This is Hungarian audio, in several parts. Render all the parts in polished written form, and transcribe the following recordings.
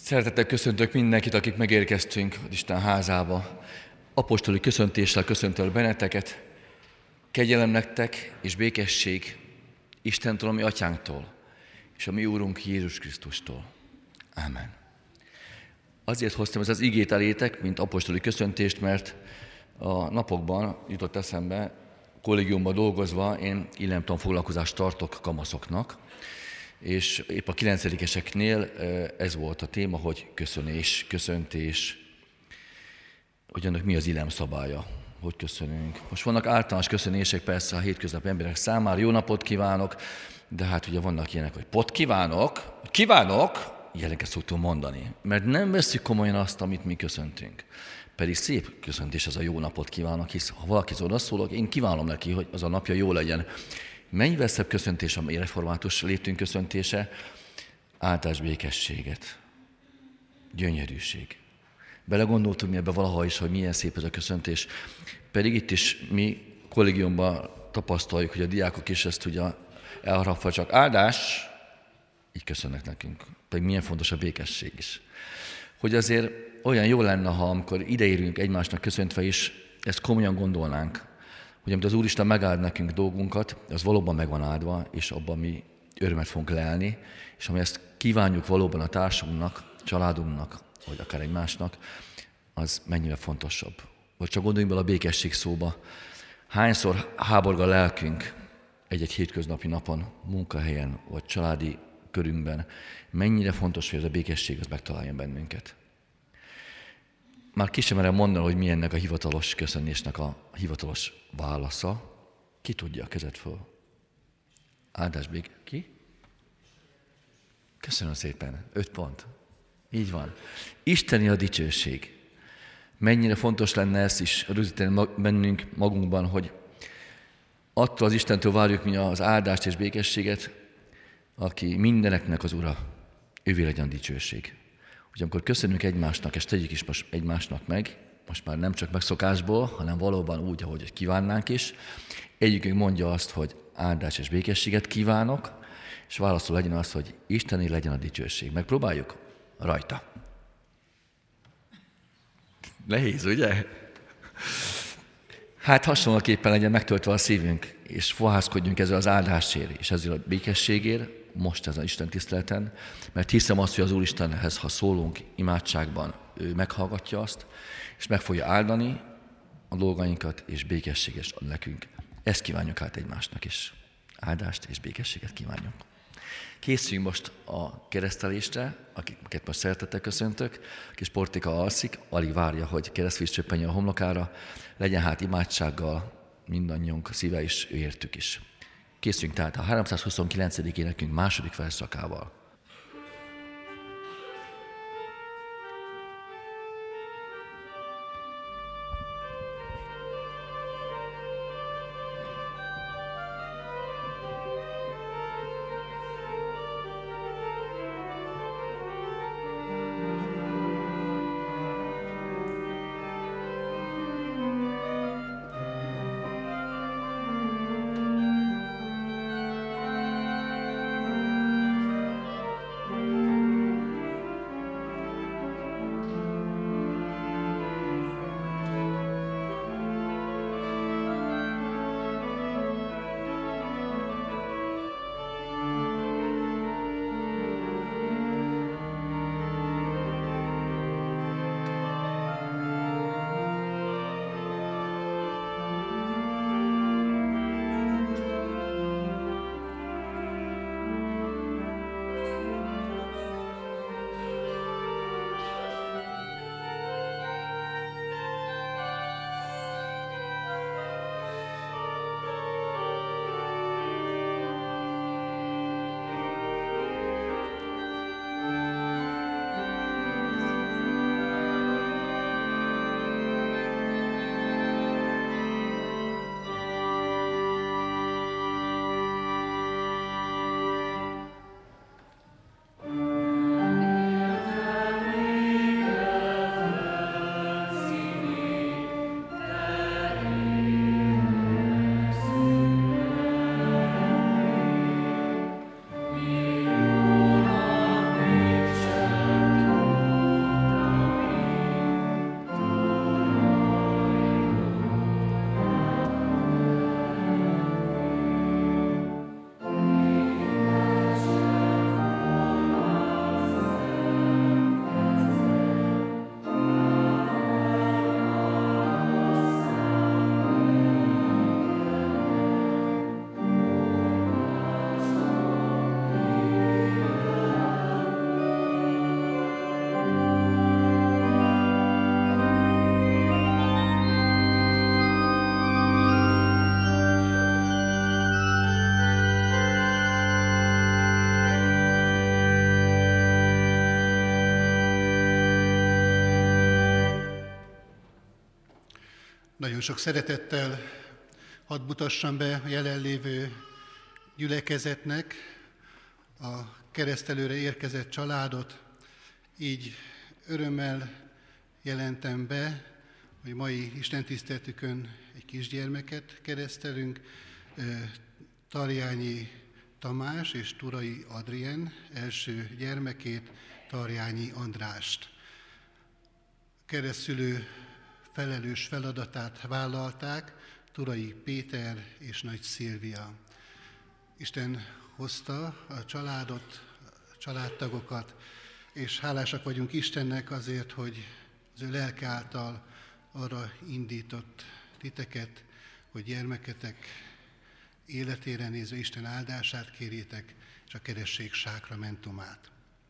Szeretettel köszöntök mindenkit, akik megérkeztünk az Isten házába. Apostoli köszöntéssel köszöntöl benneteket. Kegyelem nektek és békesség Istentől, a mi atyánktól, és a mi Úrunk Jézus Krisztustól. Ámen. Azért hoztam ez az igét elétek, mint apostoli köszöntést, mert a napokban jutott eszembe, kollégiumban dolgozva, én illemtan foglalkozást tartok kamaszoknak, és épp a 9-eseknél ez volt a téma, hogy köszönés, köszöntés, hogy annak mi az illem szabálya, hogy köszönünk. Most vannak általános köszönések persze a hétköznapi emberek számára, jó napot kívánok, de hát ugye vannak ilyenek, hogy pot kívánok, ilyeneket szoktunk mondani, mert nem vesszük komolyan azt, amit mi köszöntünk. Pedig szép köszöntés az a jó napot kívánok, hisz ha valaki odaszólok, én kívánom neki, hogy az a napja jó legyen. Mennyivel szebb köszöntés a mi református létünk köszöntése? Áldás, békességet, gyönyörűség. Belegondoltunk mi ebbe valaha is, hogy milyen szép ez a köszöntés. Pedig itt is mi kollégiumban tapasztaljuk, hogy a diákok is ezt ugye elharapva csak áldás, így köszönnek nekünk. Pedig milyen fontos a békesség is. Hogy azért olyan jó lenne, ha amikor ideérünk egymásnak köszöntve is, ezt komolyan gondolnánk, hogy amit az Úristen megáld nekünk dolgunkat, az valóban meg van áldva, és abban mi örömet fogunk lelni, és ami ezt kívánjuk valóban a társunknak, családunknak, vagy akár egymásnak, az mennyivel fontosabb. Vagy csak gondoljunk bele a békesség szóba. Hányszor háborog a lelkünk egy-egy hétköznapi napon, munkahelyen, vagy családi körünkben, mennyire fontos, hogy ez a békesség az megtaláljon bennünket. Már ki sem merem mondani, hogy mi ennek a hivatalos köszönésnek a hivatalos válasza. Ki tudja a kezet föl? Áldás béke. Ki? Köszönöm szépen. 5 pont. Így van. Isteni a dicsőség. Mennyire fontos lenne ezt is rögzíteni bennünk magunkban, hogy attól az Istentől várjuk mi az áldást és békességet, aki mindeneknek az Ura, ővé legyen a dicsőség. Hogy amikor köszönünk egymásnak, és tegyük is most egymásnak meg, most már nem csak megszokásból, hanem valóban úgy, ahogy kívánnánk is, egyikünk mondja azt, hogy áldás és békességet kívánok, és válaszol legyen az, hogy Isteni legyen a dicsőség. Megpróbáljuk? Rajta. Nehéz, ugye? Hát hasonlóképpen legyen megtöltve a szívünk, és fohászkodjunk ezzel az áldásért, és ezzel a békességért, most ezen Isten tiszteleten, mert hiszem azt, hogy az Úristenhez, ha szólunk imádságban, ő meghallgatja azt, és meg fogja áldani a dolgainkat, és békességet ad nekünk. Ezt kívánjuk át egymásnak is. Áldást és békességet kívánjuk. Készüljünk most a keresztelésre, akiket most szeretettel köszöntök. Kis Portika alszik, alig várja, hogy keresztvíz csöppenjen a homlokára. Legyen hát imádsággal mindannyiunk szíve is, ő értük is. Készüljünk tehát a 329. énekünk második versszakával. Nagyon sok szeretettel hadd mutassam be a jelenlévő gyülekezetnek a keresztelőre érkezett családot. Így örömmel jelentem be, hogy mai istentiszteletükön egy kisgyermeket keresztelünk, Tarjányi Tamás és Turai Adrien első gyermekét, Tarjányi Andrást. Keresztszülő felelős feladatát vállalták Turai Péter és Nagy Szilvia. Isten hozta a családot, a családtagokat, és hálásak vagyunk Istennek azért, hogy az ő lelke által arra indított titeket, hogy gyermeketek életére nézve Isten áldását kérjétek, és a keresség sákramentumát.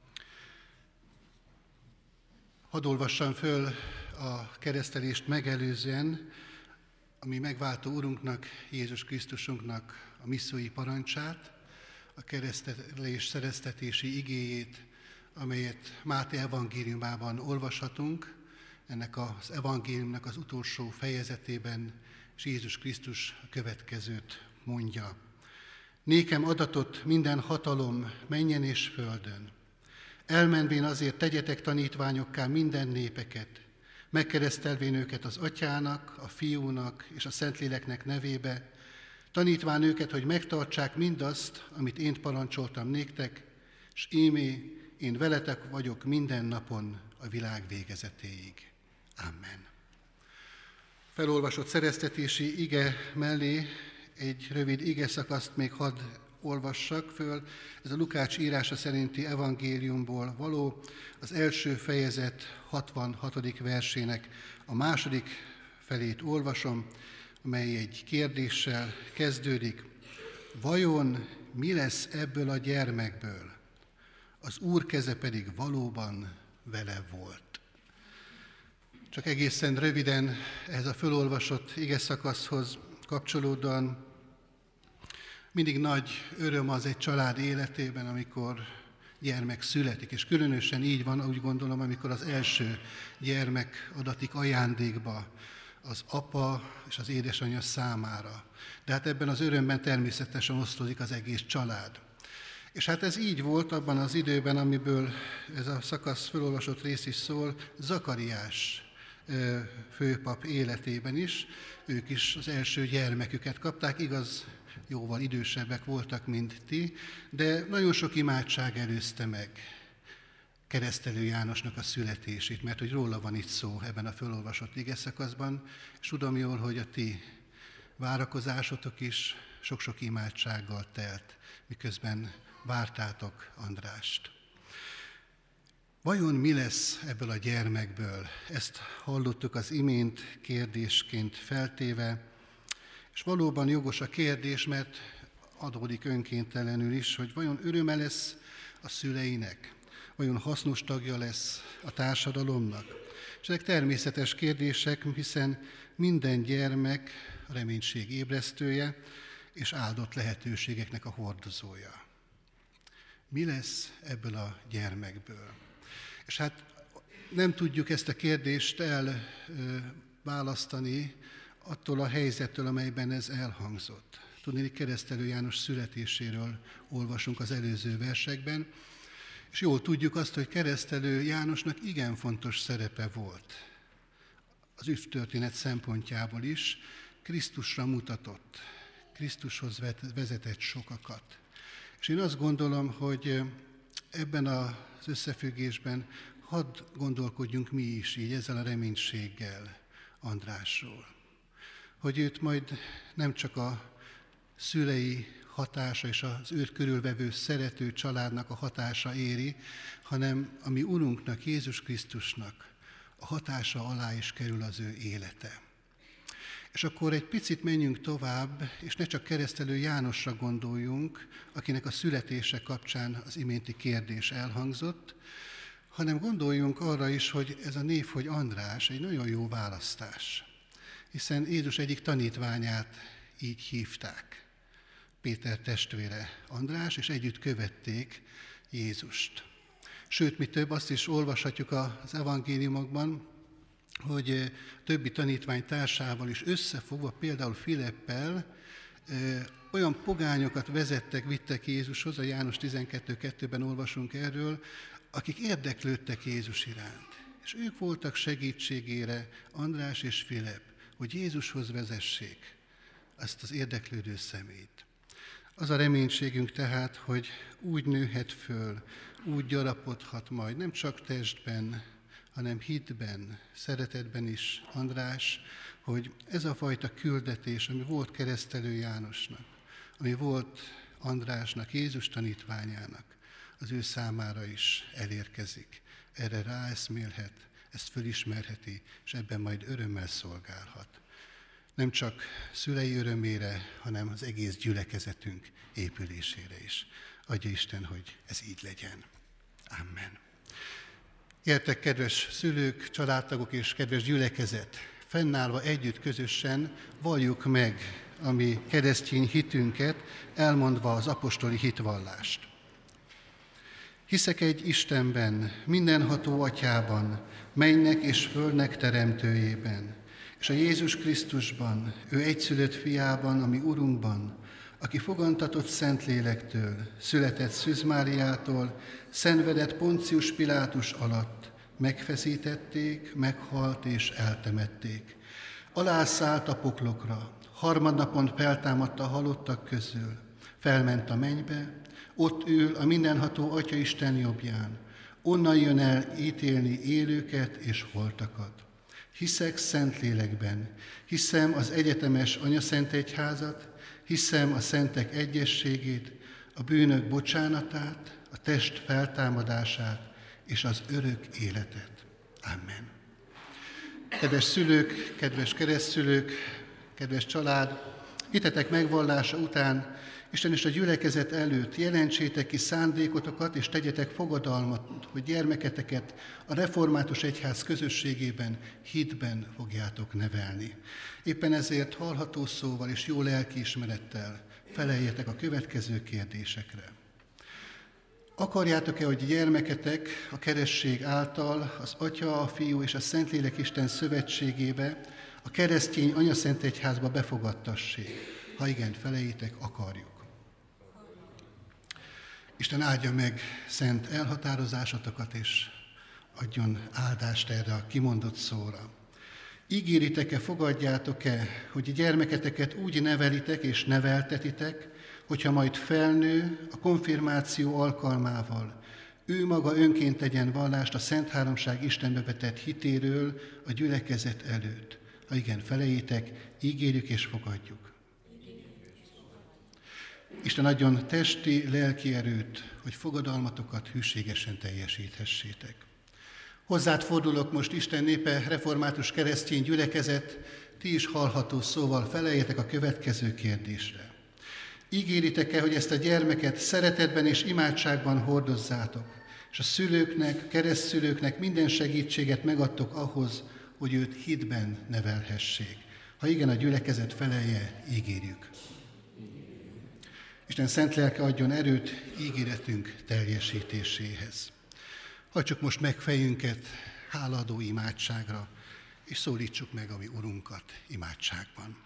Hadd olvassam föl a keresztelést megelőzően a mi megváltó Urunknak, Jézus Krisztusunknak a missziói parancsát, a keresztelés szereztetési igéjét, amelyet Máté evangéliumában olvashatunk, ennek az evangéliumnak az utolsó fejezetében, és Jézus Krisztus a következőt mondja. Nékem adatott minden hatalom mennyen és földön. Elmenvén azért tegyetek tanítványokká minden népeket, megkeresztelvén őket az Atyának, a Fiúnak és a Szentléleknek nevébe, tanítván őket, hogy megtartsák mindazt, amit én parancsoltam néktek, s ímé, én veletek vagyok minden napon a világ végezetéig. Amen. Felolvasott szereztetési ige mellé egy rövid ige szakaszt még hadd olvassak föl. Ez a Lukács írása szerinti evangéliumból való, az első fejezet 66. versének a második felét olvasom, amely egy kérdéssel kezdődik. Vajon mi lesz ebből a gyermekből? Az Úr keze pedig valóban vele volt. Csak egészen röviden ehhez a fölolvasott ige szakaszhoz kapcsolódóan mindig nagy öröm az egy család életében, amikor gyermek születik, és különösen így van, úgy gondolom, amikor az első gyermek adatik ajándékba az apa és az édesanyja számára. De hát ebben az örömben természetesen osztozik az egész család. És hát ez így volt abban az időben, amiből ez a szakasz felolvasott rész is szól, Zakariás főpap életében is. Ők is az első gyermeküket kapták, igaz, jóval idősebbek voltak, mint ti, de nagyon sok imádság előzte meg Keresztelő Jánosnak a születését, mert hogy róla van itt szó ebben a felolvasott igeszakaszban, és tudom jól, hogy a ti várakozásotok is sok-sok imádsággal telt, miközben vártátok Andrást. Vajon mi lesz ebből a gyermekből? Ezt hallottuk az imént kérdésként feltéve, és valóban jogos a kérdés, mert adódik önkéntelenül is, hogy vajon öröme lesz a szüleinek, vajon hasznos tagja lesz a társadalomnak. És ezek természetes kérdések, hiszen minden gyermek a reménység ébresztője és áldott lehetőségeknek a hordozója. Mi lesz ebből a gyermekből? És hát nem tudjuk ezt a kérdést elválasztani attól a helyzettől, amelyben ez elhangzott. Tudni, Keresztelő János születéséről olvasunk az előző versekben, és jól tudjuk azt, hogy Keresztelő Jánosnak igen fontos szerepe volt. Az üdvtörténet szempontjából is Krisztusra mutatott, Krisztushoz vezetett sokakat. És én azt gondolom, hogy ebben az összefüggésben hadd gondolkodjunk mi is így ezzel a reménységgel Andrásról. Hogy őt majd nem csak a szülei hatása és az őt körülvevő szerető családnak a hatása éri, hanem a mi Urunknak, Jézus Krisztusnak a hatása alá is kerül az ő élete. És akkor egy picit menjünk tovább, és ne csak Keresztelő Jánosra gondoljunk, akinek a születése kapcsán az iménti kérdés elhangzott, hanem gondoljunk arra is, hogy ez a név, hogy András, egy nagyon jó választás. Hiszen Jézus egyik tanítványát így hívták. Péter testvére András, és együtt követték Jézust. Sőt, mi több, azt is olvashatjuk az evangéliumokban, hogy többi tanítvány társával is összefogva, például Filippel, olyan pogányokat vittek Jézushoz, a János 12.2-ben olvasunk erről, akik érdeklődtek Jézus iránt. És ők voltak segítségére, András és Filip, hogy Jézushoz vezessék ezt az érdeklődő személyt. Az a reménységünk tehát, hogy úgy nőhet föl, úgy gyarapodhat majd, nem csak testben, hanem hitben, szeretetben is András, hogy ez a fajta küldetés, ami volt Keresztelő Jánosnak, ami volt Andrásnak, Jézus tanítványának, az ő számára is elérkezik. Erre ráeszmélhet, ezt fölismerheti, és ebben majd örömmel szolgálhat. Nem csak szülei örömére, hanem az egész gyülekezetünk épülésére is. Adja Isten, hogy ez így legyen. Amen. Értek, kedves szülők, családtagok és kedves gyülekezet, fennállva együtt közösen valljuk meg a mi keresztény hitünket, elmondva az apostoli hitvallást. Hiszek egy Istenben, mindenható Atyában, mennynek és földnek teremtőjében, és a Jézus Krisztusban, ő egyszülött fiában, ami Urunkban, aki fogantatott Szentlélektől, született Szűz Máriától, szenvedett Poncius Pilátus alatt, megfeszítették, meghalt és eltemették. Alászállt a poklokra, harmadnapon feltámadt a halottak közül, felment a mennybe, ott ül a mindenható Atya Isten jobbján, onnan jön el ítélni élőket és holtakat. Hiszek Szentlélekben, hiszem az egyetemes Anyaszentegyházat, hiszem a szentek egyességét, a bűnök bocsánatát, a test feltámadását és az örök életet. Amen. Kedves szülők, kedves keresztszülők, kedves család, hitetek megvallása után Isten és a gyülekezet előtt jelentsétek ki szándékotokat, és tegyetek fogadalmat, hogy gyermeketeket a református egyház közösségében, hitben fogjátok nevelni. Éppen ezért hallható szóval és jó lelkiismerettel feleljetek a következő kérdésekre. Akarjátok-e, hogy gyermeketek a keresztség által az Atya, a Fiú és a Szentlélek Isten szövetségébe, a keresztény Anyaszentegyházba befogadtassék? Ha igen, feleljétek, akarjuk. Isten áldja meg szent elhatározásotokat, és adjon áldást erre a kimondott szóra. Ígéritek-e, fogadjátok-e, hogy gyermeketeket úgy nevelitek és neveltetitek, hogyha majd felnő a konfirmáció alkalmával, ő maga önként tegyen vallást a Szent Háromság Istenbe vetett hitéről a gyülekezet előtt. Ha igen, feleljétek, ígérjük és fogadjuk. Isten adjon testi, lelki erőt, hogy fogadalmatokat hűségesen teljesíthessétek. Hozzád fordulok most, Isten népe, református keresztény gyülekezet, ti is hallható szóval feleljetek a következő kérdésre. Ígéritek-e, hogy ezt a gyermeket szeretetben és imádságban hordozzátok, és a szülőknek, keresztszülőknek minden segítséget megadtok ahhoz, hogy őt hitben nevelhessék? Ha igen, a gyülekezet felelje, ígérjük. Isten szent lelke adjon erőt ígéretünk teljesítéséhez. Hajtsuk most meg fejünket hálaadó imádságra, és szólítsuk meg a mi Urunkat imádságban.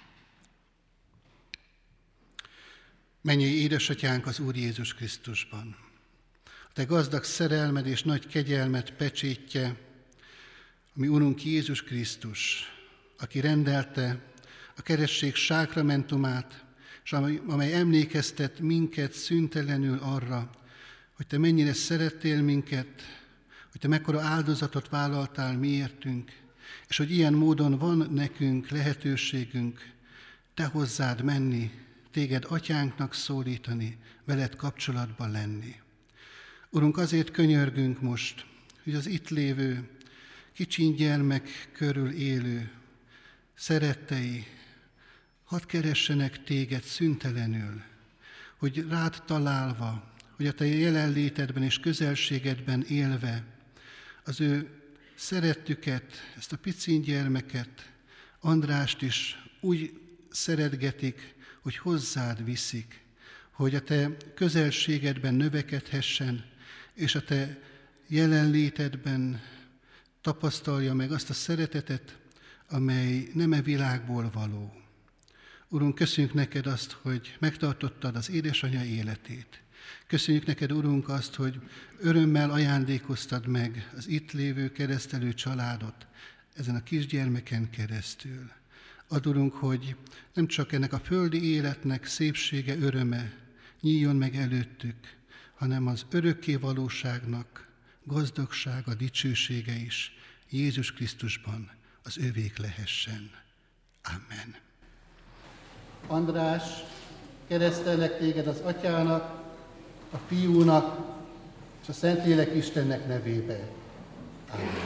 Mennyei édesatyánk az Úr Jézus Krisztusban! A te gazdag szerelmed és nagy kegyelmed pecsétje, a mi Urunk Jézus Krisztus, aki rendelte a keresztség sákramentumát, és amely emlékeztet minket szüntelenül arra, hogy te mennyire szerettél minket, hogy te mekkora áldozatot vállaltál miértünk, és hogy ilyen módon van nekünk lehetőségünk te hozzád menni, téged atyánknak szólítani, veled kapcsolatban lenni. Urunk, azért könyörgünk most, hogy az itt lévő, kicsin gyermek körül élő szerettei, hadd keressenek téged szüntelenül, hogy rád találva, hogy a te jelenlétedben és közelségedben élve az ő szerettüket, ezt a picin gyermeket, Andrást is úgy szeretgetik, hogy hozzád viszik, hogy a te közelségedben növekedhessen, és a te jelenlétedben tapasztalja meg azt a szeretetet, amely nem e világból való. Urunk, köszönjük neked azt, hogy megtartottad az édesanyja életét. Köszönjük neked, Urunk, azt, hogy örömmel ajándékoztad meg az itt lévő keresztelő családot ezen a kisgyermeken keresztül. Add, Urunk, hogy nem csak ennek a földi életnek szépsége, öröme nyíljon meg előttük, hanem az örökké valóságnak gazdagsága, dicsősége is Jézus Krisztusban az övék lehessen. Amen. András, keresztellek téged az Atyának, a Fiúnak és a Szentlélek Istennek nevébe. Amen.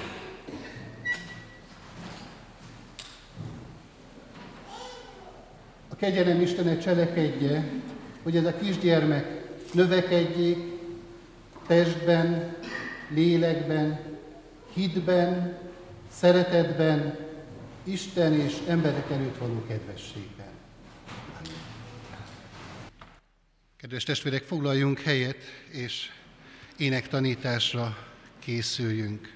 A kegyelem Istene cselekedje, hogy ez a kisgyermek növekedjék testben, lélekben, hitben, szeretetben, Isten és emberek előtt való kedvességben. Kedves testvérek, foglaljunk helyet, és énektanításra készüljünk.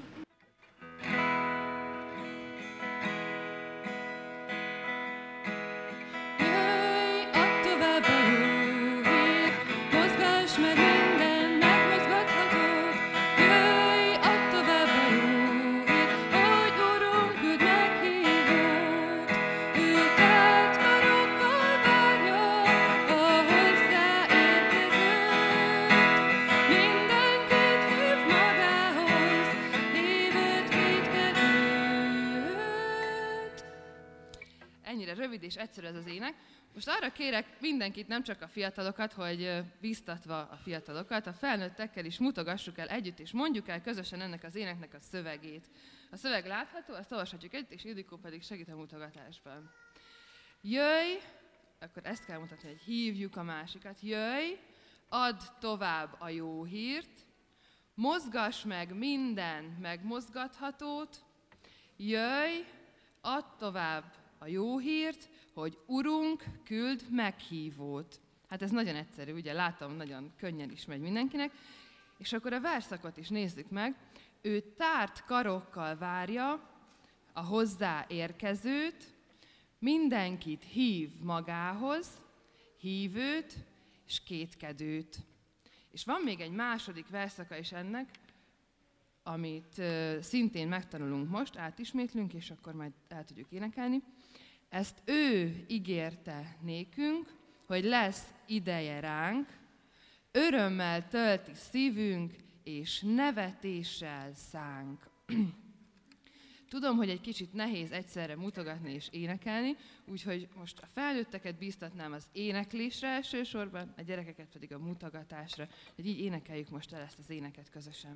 És egyszerű ez az ének. Most arra kérek mindenkit, nem csak a fiatalokat, hogy biztatva a fiatalokat, a felnőttekkel is mutogassuk el együtt, és mondjuk el közösen ennek az éneknek a szövegét. A szöveg látható, azt olvashatjuk együtt, és Ildikó pedig segít a mutogatásban. Jöjj, akkor ezt kell mutatni, hogy hívjuk a másikat. Jöjj, add tovább a jó hírt, mozgass meg minden megmozgathatót, jöjj, add tovább a jó hírt, hogy Urunk küld meghívót. Hát ez nagyon egyszerű, ugye látom, nagyon könnyen is megy mindenkinek. És akkor a versszakot is nézzük meg. Ő tárt karokkal várja a hozzá érkezőt, mindenkit hív magához, hívőt és kétkedőt. És van még egy második versszaka is ennek, amit szintén megtanulunk most, átismétlünk, és akkor majd el tudjuk énekelni. Ezt ő ígérte nékünk, hogy lesz ideje ránk, örömmel tölti szívünk, és nevetéssel szánk. Tudom, hogy egy kicsit nehéz egyszerre mutogatni és énekelni, úgyhogy most a felnőtteket bíztatnám az éneklésre elsősorban, a gyerekeket pedig a mutogatásra, hogy így énekeljük most el ezt az éneket közösen.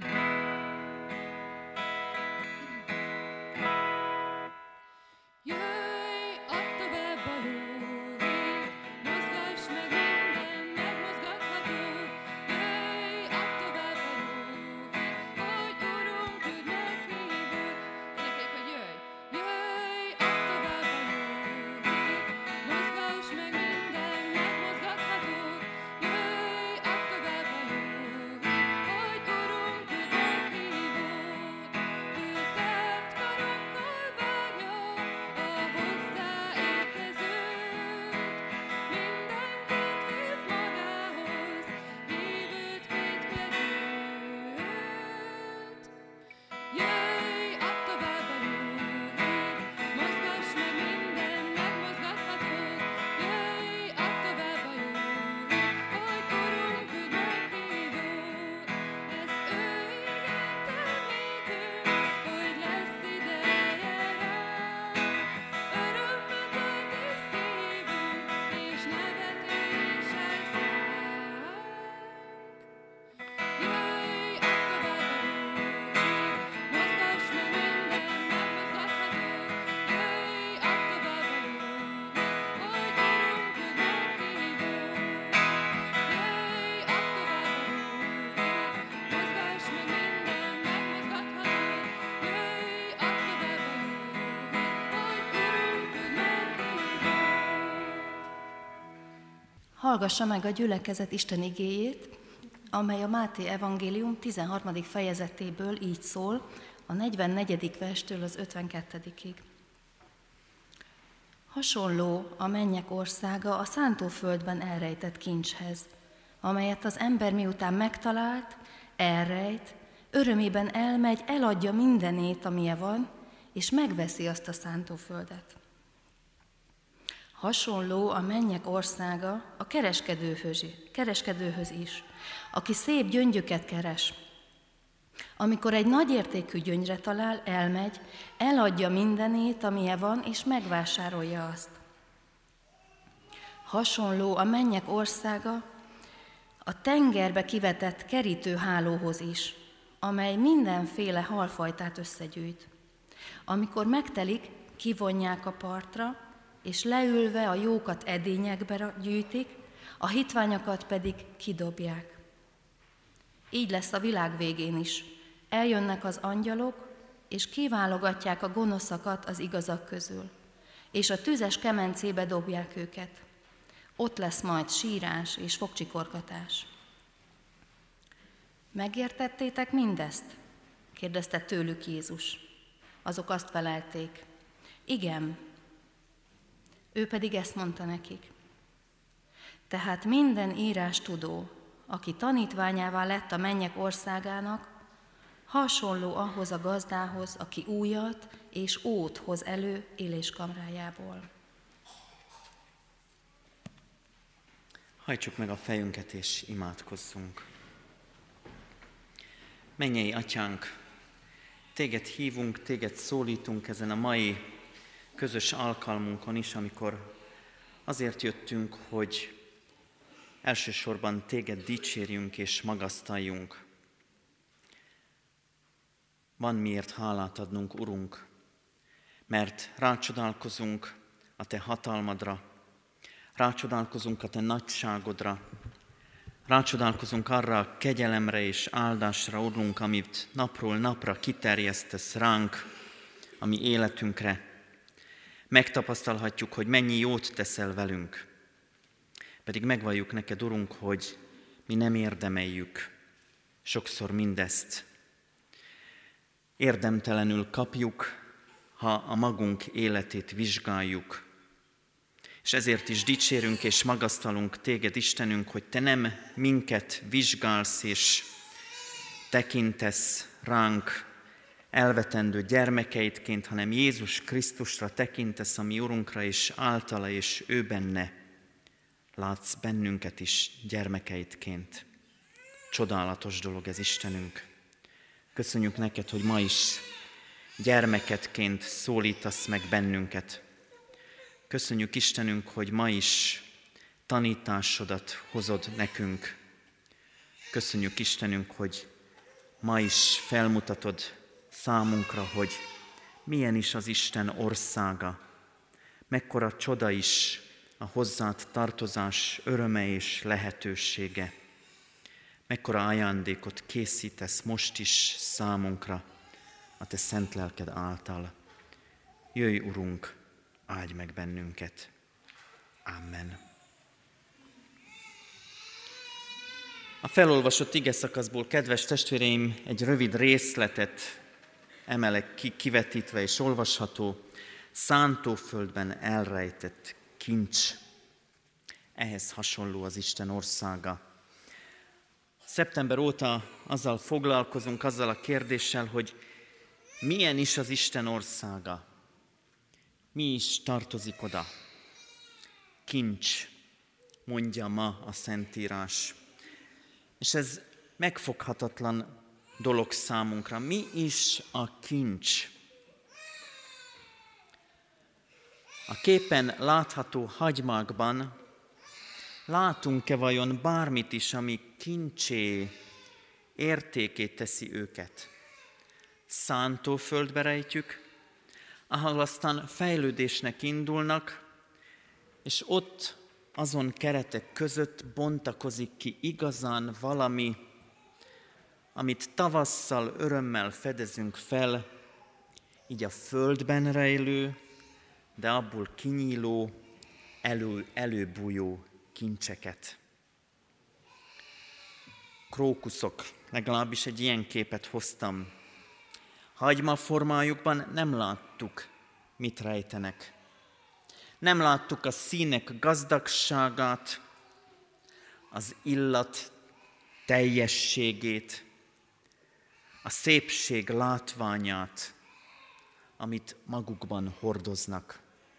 Hallgassa meg a gyülekezet Isten igéjét, amely a Máté evangélium 13. fejezetéből így szól, a 44. verstől az 52-ig. Hasonló a mennyek országa a szántóföldben elrejtett kincshez, amelyet az ember miután megtalált, elrejt, örömében elmegy, eladja mindenét, amilyen van, és megveszi azt a szántóföldet. Hasonló a mennyek országa a kereskedőhöz is, aki szép gyöngyöket keres. Amikor egy nagy értékű gyöngyre talál, elmegy, eladja mindenét, amilyen van, és megvásárolja azt. Hasonló a mennyek országa a tengerbe kivetett kerítőhálóhoz is, amely mindenféle halfajtát összegyűjt. Amikor megtelik, kivonják a partra, és leülve a jókat edényekbe gyűjtik, a hitványokat pedig kidobják. Így lesz a világ végén is. Eljönnek az angyalok, és kiválogatják a gonoszakat az igazak közül, és a tüzes kemencébe dobják őket. Ott lesz majd sírás és fogcsikorgatás. Megértettétek mindezt? Kérdezte tőlük Jézus. Azok azt felelték. Igen. Ő pedig ezt mondta nekik. Tehát minden írástudó, aki tanítványává lett a mennyek országának, hasonló ahhoz a gazdához, aki újat és ót hoz elő éléskamrájából. Hajtsuk meg a fejünket és imádkozzunk. Mennyei Atyánk, Téged hívunk, Téged szólítunk ezen a mai közös alkalmunkon is, amikor azért jöttünk, hogy elsősorban Téged dicsérjünk és magasztaljunk. Van miért hálát adnunk, Urunk, mert rácsodálkozunk a Te hatalmadra, rácsodálkozunk a Te nagyságodra, rácsodálkozunk arra a kegyelemre és áldásra, Urunk, amit napról napra kiterjesztesz ránk, a mi életünkre. Megtapasztalhatjuk, hogy mennyi jót teszel velünk. Pedig megvalljuk neked, Urunk, hogy mi nem érdemeljük sokszor mindezt. Érdemtelenül kapjuk, ha a magunk életét vizsgáljuk. És ezért is dicsérünk és magasztalunk Téged, Istenünk, hogy Te nem minket vizsgálsz és tekintesz ránk elvetendő gyermekeidként, hanem Jézus Krisztusra tekintesz, a mi Urunkra, és általa és ő benne látsz bennünket is gyermekeidként. Csodálatos dolog ez, Istenünk. Köszönjük neked, hogy ma is gyermeketként szólítasz meg bennünket. Köszönjük, Istenünk, hogy ma is tanításodat hozod nekünk. Köszönjük, Istenünk, hogy ma is felmutatod számunkra, hogy milyen is az Isten országa, mekkora csoda is a hozzád tartozás öröme és lehetősége, mekkora ajándékot készítesz most is számunkra a Te szent lelked által. Jöjj, Urunk, áldj meg bennünket. Amen. A felolvasott igeszakaszból, kedves testvéreim, egy rövid részletet emelek ki, kivetítve és olvasható: szántóföldben elrejtett kincs. Ehhez hasonló az Isten országa. Szeptember óta azzal foglalkozunk, azzal a kérdéssel, hogy milyen is az Isten országa. Mi is tartozik oda? Kincs, mondja ma a Szentírás. És ez megfoghatatlan dolog számunkra. Mi is a kincs? A képen látható hagymákban látunk-e vajon bármit is, ami kincsé, értékét teszi őket? Szántóföldbe rejtjük, ahol aztán fejlődésnek indulnak, és ott azon keretek között bontakozik ki igazán valami, amit tavasszal örömmel fedezünk fel, így a földben rejlő, de abból kinyíló, előbújó kincseket. Krókuszok, legalábbis egy ilyen képet hoztam. Hagymaformájukban nem láttuk, mit rejtenek. Nem láttuk a színek gazdagságát, az illat teljességét, a szépség látványát, amit magukban hordoznak.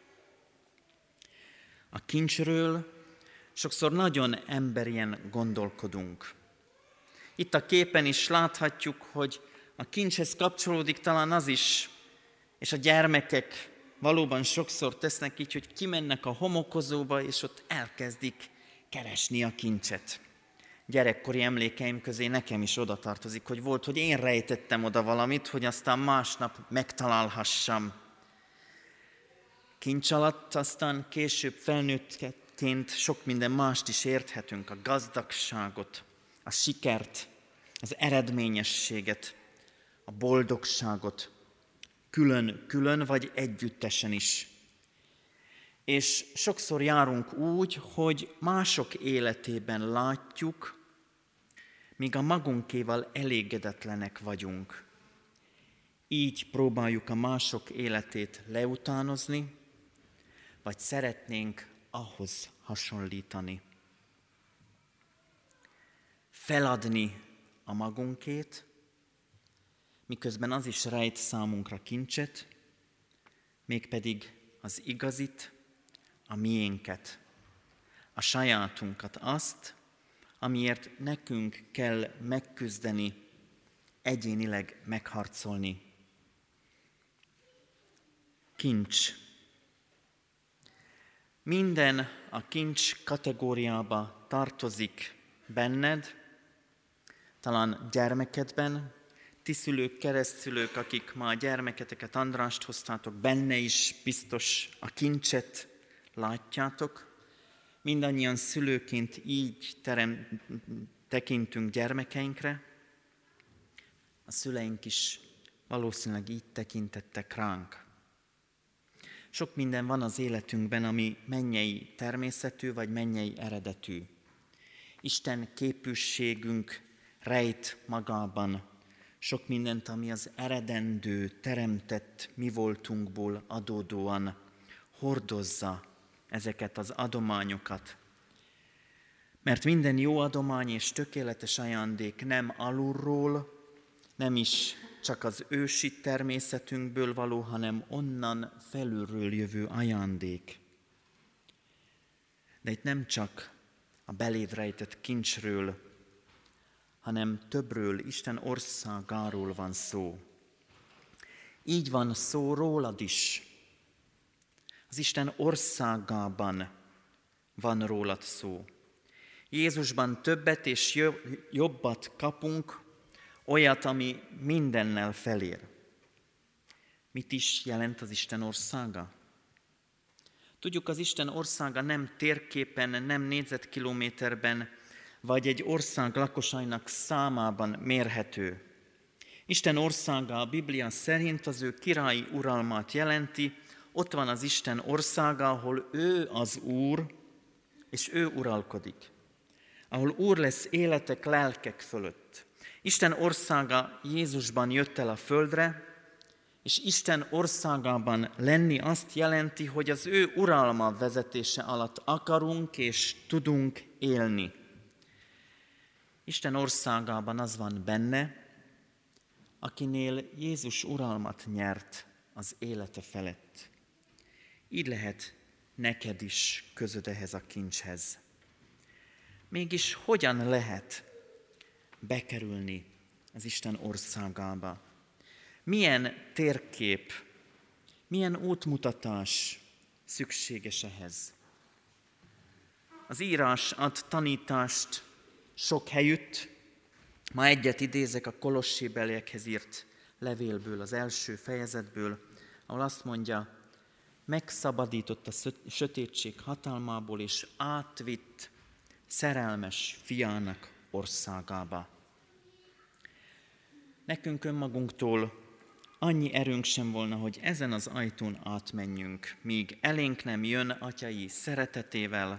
A kincsről sokszor nagyon emberien gondolkodunk. Itt a képen is láthatjuk, hogy a kincshez kapcsolódik talán az is, és a gyermekek valóban sokszor tesznek így, hogy kimennek a homokozóba, és ott elkezdik keresni a kincset. Gyerekkori emlékeim közé nekem is oda tartozik, hogy volt, hogy én rejtettem oda valamit, hogy aztán másnap megtalálhassam. Kincs alatt aztán később felnőttként sok minden mást is érthetünk, a gazdagságot, a sikert, az eredményességet, a boldogságot, külön-külön vagy együttesen is. És sokszor járunk úgy, hogy mások életében látjuk, míg a magunkéval elégedetlenek vagyunk. Így próbáljuk a mások életét leutánozni, vagy szeretnénk ahhoz hasonlítani. Feladni a magunkét, miközben az is rejt számunkra kincset, mégpedig az igazit, a miénket, a sajátunkat, azt, amiért nekünk kell megküzdeni, egyénileg megharcolni. Kincs. Minden a kincs kategóriába tartozik benned, talán gyermekedben, ti szülők, keresztszülők, akik ma a gyermeketeket, Andrást hoztátok, benne is biztos a kincset látjátok. Mindannyian szülőként így tekintünk gyermekeinkre. A szüleink is valószínűleg így tekintettek ránk. Sok minden van az életünkben, ami mennyei természetű, vagy mennyei eredetű. Isten képűségünk rejt magában sok mindent, ami az eredendő, teremtett mi voltunkból adódóan hordozza ezeket az adományokat. Mert minden jó adomány és tökéletes ajándék nem alulról, nem is csak az ősi természetünkből való, hanem onnan felülről jövő ajándék. De itt nem csak a beléd rejtett kincsről, hanem többről, Isten országáról van szó. Így van szó rólad is. Az Isten országában van rólad szó. Jézusban többet és jobbat kapunk, olyat, ami mindennel felér. Mit is jelent az Isten országa? Tudjuk, az Isten országa nem térképen, nem négyzetkilométerben, vagy egy ország lakosainak számában mérhető. Isten országa a Biblia szerint az ő királyi uralmát jelenti. Ott van az Isten országa, ahol ő az Úr, és ő uralkodik. Ahol Úr lesz életek, lelkek fölött. Isten országa Jézusban jött el a földre, és Isten országában lenni azt jelenti, hogy az ő uralma vezetése alatt akarunk és tudunk élni. Isten országában az van benne, akinél Jézus uralmat nyert az élete felett. Így lehet neked is közöd ehhez a kincshez. Mégis hogyan lehet bekerülni az Isten országába? Milyen térkép, milyen útmutatás szükséges ehhez? Az írás ad tanítást sok helyütt. Ma egyet idézek a Kolossébeliekhez írt levélből, az első fejezetből, ahol azt mondja, megszabadított a sötétség hatalmából, és átvitt szerelmes fiának országába. Nekünk önmagunktól annyi erőnk sem volna, hogy ezen az ajtón átmenjünk, míg elénk nem jön atyai szeretetével,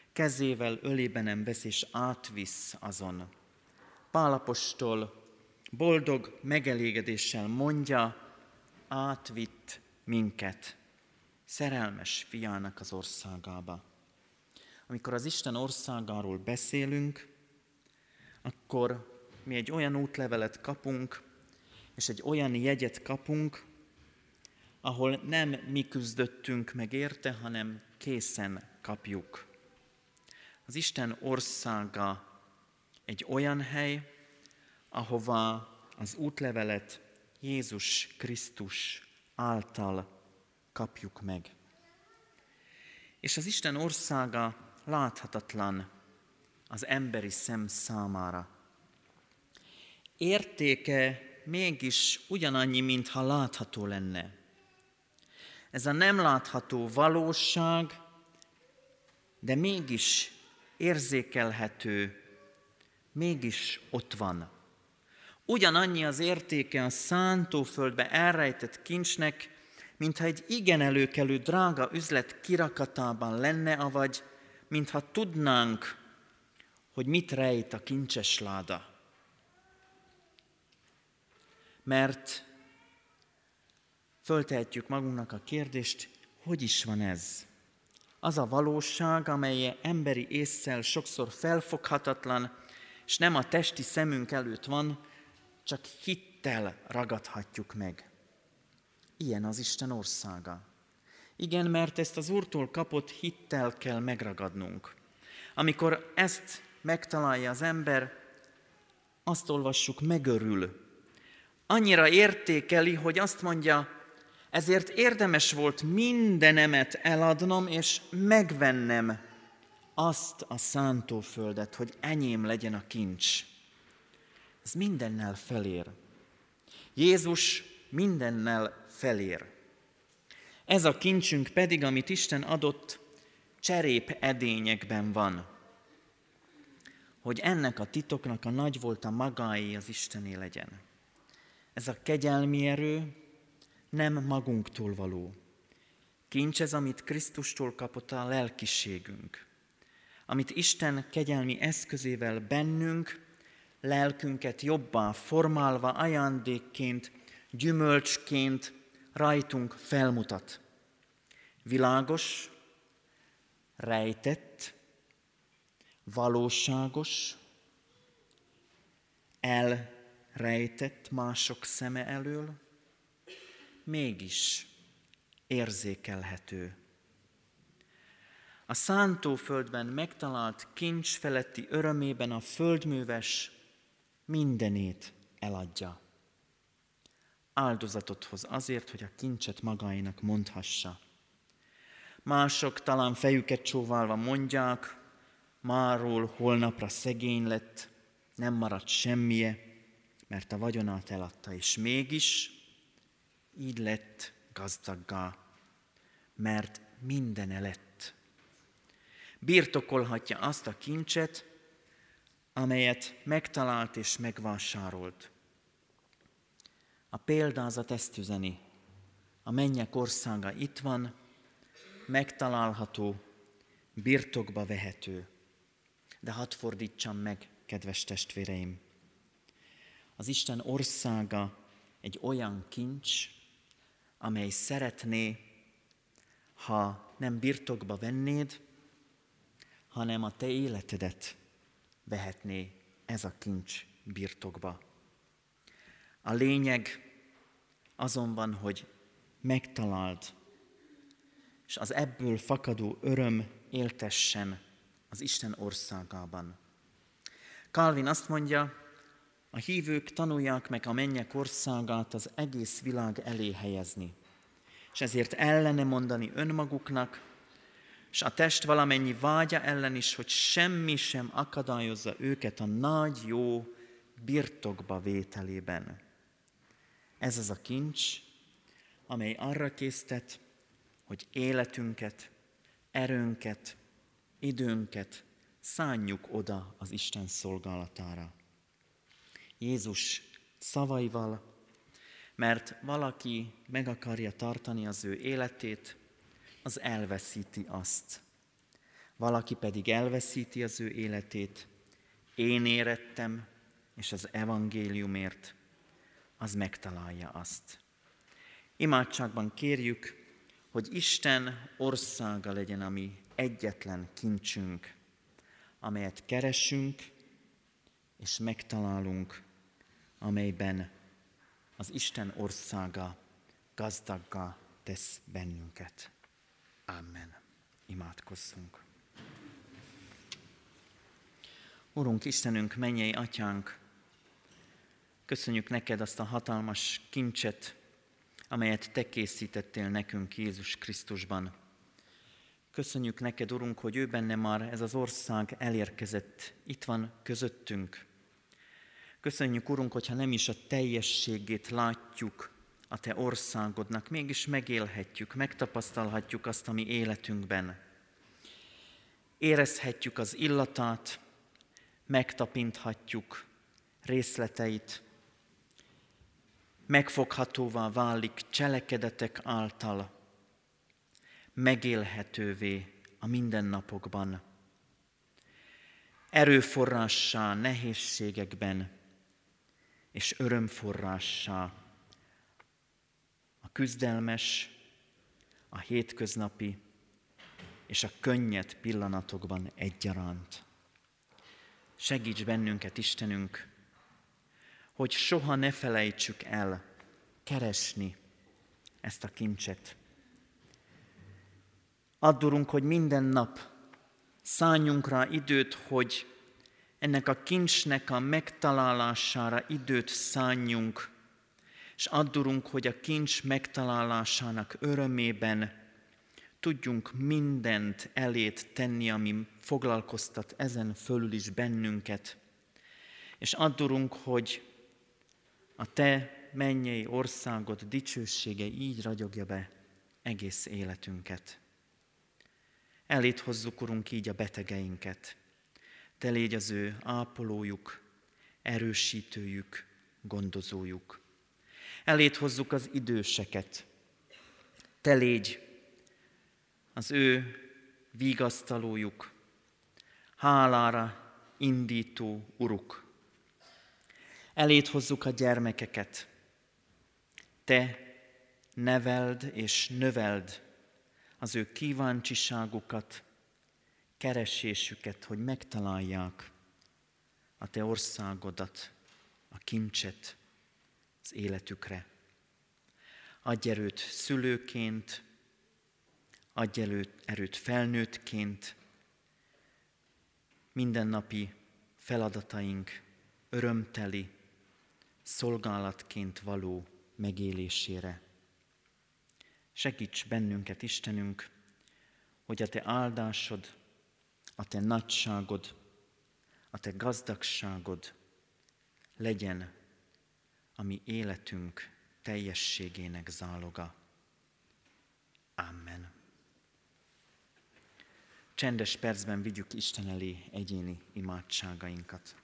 kezével ölében nem vesz és átvisz azon. Pál apostol boldog megelégedéssel mondja, átvitt minket szerelmes fiának az országába. Amikor az Isten országáról beszélünk, akkor mi egy olyan útlevelet kapunk, és egy olyan jegyet kapunk, ahol nem mi küzdöttünk meg érte, hanem készen kapjuk. Az Isten országa egy olyan hely, ahova az útlevelet Jézus Krisztus által kapjuk meg. És az Isten országa láthatatlan az emberi szem számára. Értéke mégis ugyanannyi, mintha látható lenne. Ez a nem látható valóság, de mégis érzékelhető, mégis ott van. Ugyanannyi az értéke a szántóföldbe elrejtett kincsnek, mintha egy igen előkelő drága üzlet kirakatában lenne, avagy mintha tudnánk, hogy mit rejt a kincses láda. Mert föltehetjük magunknak a kérdést, hogy is van ez? Az a valóság, amely emberi ésszel sokszor felfoghatatlan, és nem a testi szemünk előtt van, csak hittel ragadhatjuk meg. Ilyen az Isten országa. Igen, mert ezt az Úrtól kapott hittel kell megragadnunk. Amikor ezt megtalálja az ember, azt olvassuk, megörül. Annyira értékeli, hogy azt mondja, ezért érdemes volt mindenemet eladnom, és megvennem azt a szántóföldet, hogy enyém legyen a kincs. Ez mindennel felér. Jézus mindennel felér. Ez a kincsünk pedig, amit Isten adott, cserép edényekben van. Hogy ennek a titoknak a nagy volt a magáé az Istené legyen. Ez a kegyelmi erő nem magunktól való. Kincs ez, amit Krisztustól kapott a lelkiségünk. Amit Isten kegyelmi eszközével bennünk, lelkünket jobbá formálva, ajándékként, gyümölcsként rajtunk felmutat. Világos, rejtett, valóságos, elrejtett mások szeme elől, mégis érzékelhető. A szántóföldben megtalált kincs feletti örömében a földműves mindenét eladja. Áldozatot hoz azért, hogy a kincset magáénak mondhassa. Mások talán fejüket csóválva mondják, máról holnapra szegény lett, nem maradt semmije, mert a vagyonát eladta, és mégis így lett gazdaggá, mert mindene lett. Birtokolhatja azt a kincset, amelyet megtalált és megvásárolt. A példázat ezt üzeni. A mennyek országa itt van, megtalálható, birtokba vehető. De hadd fordítsam meg, kedves testvéreim. Az Isten országa egy olyan kincs, amely szeretné, ha nem birtokba vennéd, hanem a te életedet vehetné ez a kincs birtokba. A lényeg azonban, hogy megtaláld, és az ebből fakadó öröm éltessen az Isten országában. Calvin azt mondja, a hívők tanulják meg a mennyek országát az egész világ elé helyezni, és ezért ellene mondani önmaguknak, és a test valamennyi vágya ellen is, hogy semmi sem akadályozza őket a nagy jó birtokba vételében. Ez az a kincs, amely arra késztet, hogy életünket, erőnket, időnket szánjuk oda az Isten szolgálatára. Jézus szavaival, mert valaki meg akarja tartani az ő életét, az elveszíti azt. Valaki pedig elveszíti az ő életét, én érettem, és az evangéliumért az megtalálja azt. Imádságban kérjük, hogy Isten országa legyen a mi egyetlen kincsünk, amelyet keresünk és megtalálunk, amelyben az Isten országa gazdagga tesz bennünket. Amen. Imádkozzunk. Urunk, Istenünk, mennyei Atyánk, köszönjük neked azt a hatalmas kincset, amelyet te készítettél nekünk Jézus Krisztusban. Köszönjük neked, Urunk, hogy ő benne már ez az ország elérkezett, itt van közöttünk. Köszönjük, Urunk, hogyha nem is a teljességét látjuk a te országodnak, mégis megélhetjük, megtapasztalhatjuk azt a mi életünkben. Érezhetjük az illatát, megtapinthatjuk részleteit, megfoghatóvá válik cselekedetek által, megélhetővé a mindennapokban, erőforrássá nehézségekben, és örömforrássá a küzdelmes, a hétköznapi és a könnyed pillanatokban egyaránt. Segíts bennünket, Istenünk, hogy soha ne felejtsük el keresni ezt a kincset. Add, Urunk, hogy minden nap szálljunk rá időt, hogy ennek a kincsnek a megtalálására időt szálljunk, és add, Urunk, hogy a kincs megtalálásának örömében tudjunk mindent elét tenni, ami foglalkoztat ezen fölül is bennünket. És add, Urunk, hogy a te mennyei országod dicsősége így ragyogja be egész életünket. Elét hozzuk, Urunk, így a betegeinket. Te légy az ő ápolójuk, erősítőjük, gondozójuk. Elét hozzuk az időseket. Te légy az ő vigasztalójuk, hálára indító Uruk. Elét hozzuk a gyermekeket. Te neveld és növeld az ő kíváncsiságukat, keresésüket, hogy megtalálják a te országodat, a kincset az életükre. Adj erőt szülőként, adj erőt felnőttként, mindennapi feladataink örömteli, szolgálatként való megélésére. Segíts bennünket, Istenünk, hogy a te áldásod, a te nagyságod, a te gazdagságod legyen a mi életünk teljességének záloga. Amen. Csendes percben vigyük Isten elé egyéni imádságainkat.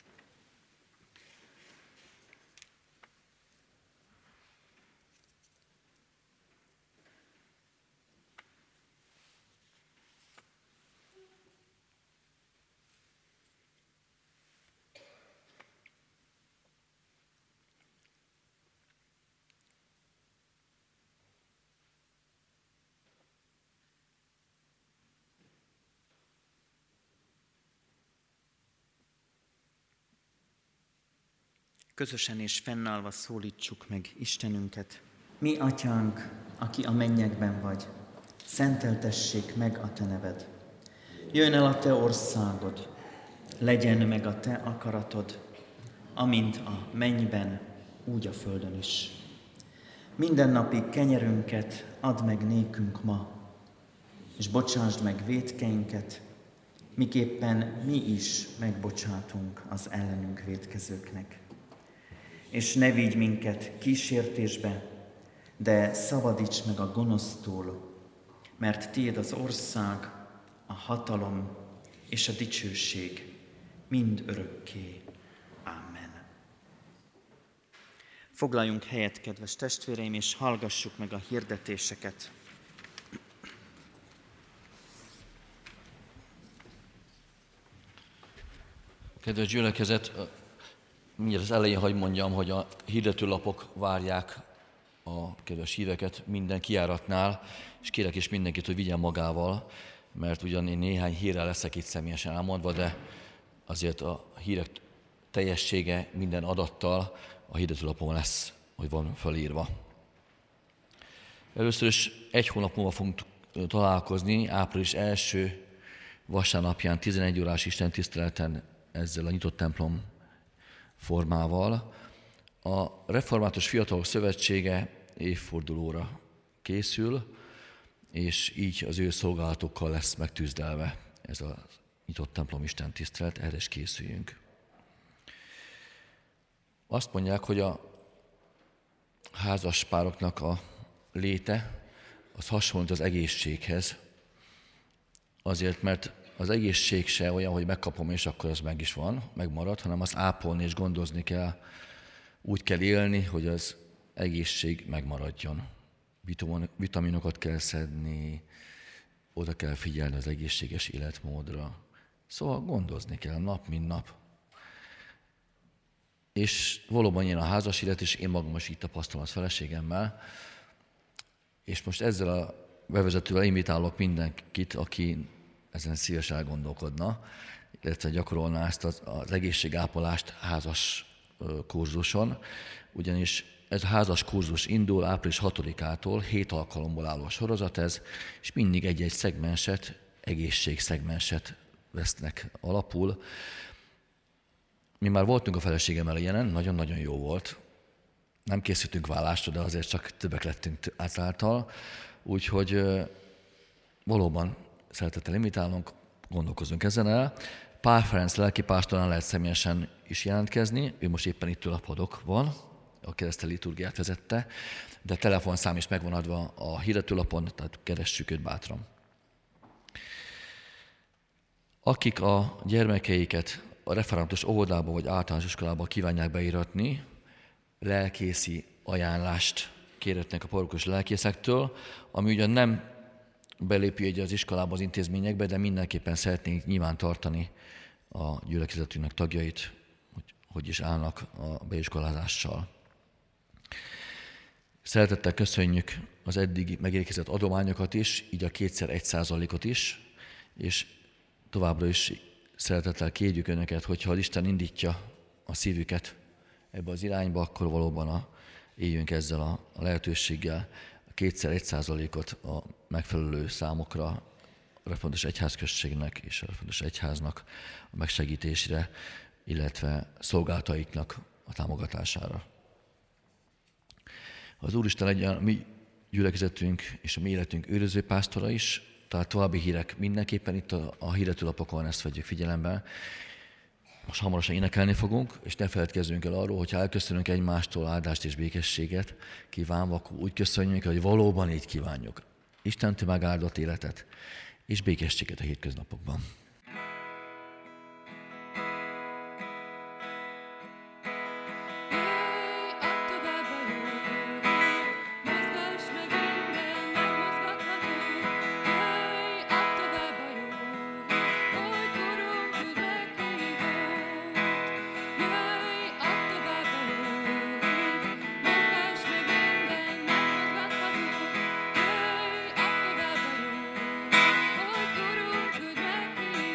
Közösen és fennállva szólítsuk meg Istenünket. Mi, Atyánk, aki a mennyekben vagy, szenteltessék meg a te neved. Jöjjön el a te országod, legyen meg a te akaratod, amint a mennyben, úgy a földön is. Mindennapi kenyerünket add meg nékünk ma, és bocsásd meg vétkeinket, miképpen mi is megbocsátunk az ellenünk vétkezőknek. És ne vigy minket kísértésbe, de szabadíts meg a gonosztól, mert tiéd az ország, a hatalom és a dicsőség mind örökké. Amen. Foglaljunk helyet, kedves testvéreim, és hallgassuk meg a hirdetéseket. Kedves gyülekezet, mindjárt az elején hadd mondjam, hogy a hirdetőlapok várják a kedves híveket minden kijáratnál, és kérek is mindenkit, hogy vigyen magával, mert ugyan én néhány hírrel leszek itt személyesen elmondva, de azért a hírek teljessége minden adattal a hirdetőlapon lesz, hogy van felírva. Először is egy hónap múlva fogunk találkozni, április 1. vasárnapján 11 órás istentiszteleten ezzel a nyitott templom formával. A Református Fiatalok Szövetsége évfordulóra készül, és így az ő szolgálatokkal lesz megtűzdelve ez a nyitott templom istentisztelet, erre is készüljünk. Azt mondják, hogy a házaspároknak a léte az hasonlít az egészséghez, azért, mert az egészség se olyan, hogy megkapom, és akkor az meg is van, megmarad, hanem azt ápolni és gondozni kell. Úgy kell élni, hogy az egészség megmaradjon. Vitaminokat kell szedni, oda kell figyelni az egészséges életmódra. Szóval gondozni kell nap, mint nap. És valóban ilyen a házas élet, és én magam is így tapasztalom az feleségemmel. És most ezzel a bevezetővel invitálok mindenkit, aki ezen szívesen elgondolkodna, illetve gyakorolná ezt az egészségápolást házas kurzuson, ugyanis ez a házas kurzus indul április 6-ától, 7 alkalomból álló sorozat ez, és mindig egy-egy szegmenset, egészségszegmenset vesznek alapul. Mi már voltunk a feleségemmel ilyenen, nagyon-nagyon jó volt. Nem készültünk vállásra, de azért csak többek lettünk ezáltal. Úgyhogy valóban szeretettel invitálunk, gondolkozunk ezen el. Pál Ferenc lelkipásztorán lehet személyesen is jelentkezni, ő most éppen itt ül a padokban, a kereszteli liturgiát vezette, de telefonszám is megvan adva a hirdetőlapon, tehát keressük őt bátran. Akik a gyermekeiket a református óvodába vagy általános iskolába kívánják beíratni, lelkészi ajánlást kérhetnek a parokosi lelkészektől, ami ugyan nem belépő az iskolába, az intézményekbe, de mindenképpen szeretnénk nyilván tartani a gyülekezetünknek tagjait, hogy is állnak a beiskolázással. Szeretettel köszönjük az eddig megérkezett adományokat is, így a 2x1%-ot is, és továbbra is szeretettel kérjük Önöket, hogyha az Isten indítja a szívüket ebbe az irányba, akkor valóban éljünk ezzel a lehetőséggel, a 2x1%-ot a megfelelő számokra, a református egyházközségnek és a református egyháznak a megsegítésére, illetve szolgálataiknak a támogatására. Az Úristen legyen a mi gyülekezetünk és a mi életünk őriző pásztora is, tehát további hírek mindenképpen itt a hirdetőlapokon, ezt vegyük figyelembe. Most hamarosan énekelni fogunk, és ne feledkezzünk el arról, hogyha elköszönünk egymástól áldást és békességet kívánva, akkor úgy köszönjük, hogy valóban így kívánjuk. Istentől megáldott életet és békességet a hétköznapokban. Hogy urunk, küld meg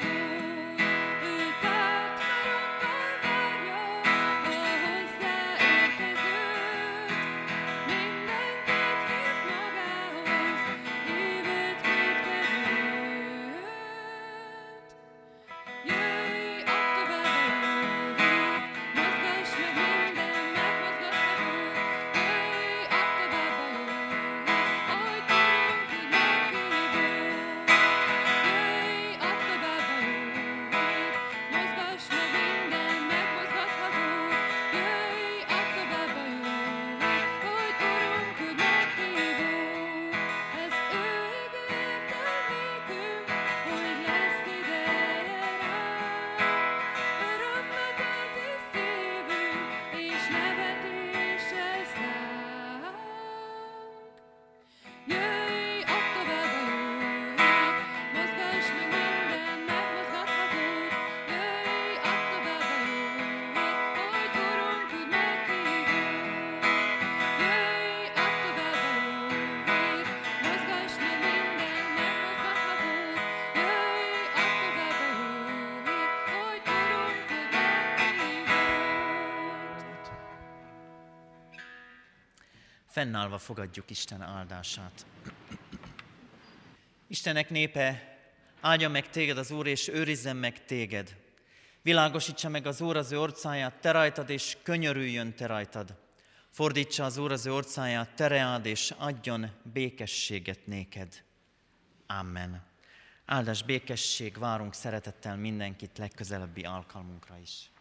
Fennállva fogadjuk Isten áldását. Istenek népe, áldja meg téged az Úr, és őrizzen meg téged. Világosítsa meg az Úr az ő orcáját te rajtad, és könyörüljön te rajtad. Fordítsa az Úr az ő orcáját te reád, és adjon békességet néked. Amen. Áldás békesség, várunk szeretettel mindenkit legközelebbi alkalmunkra is.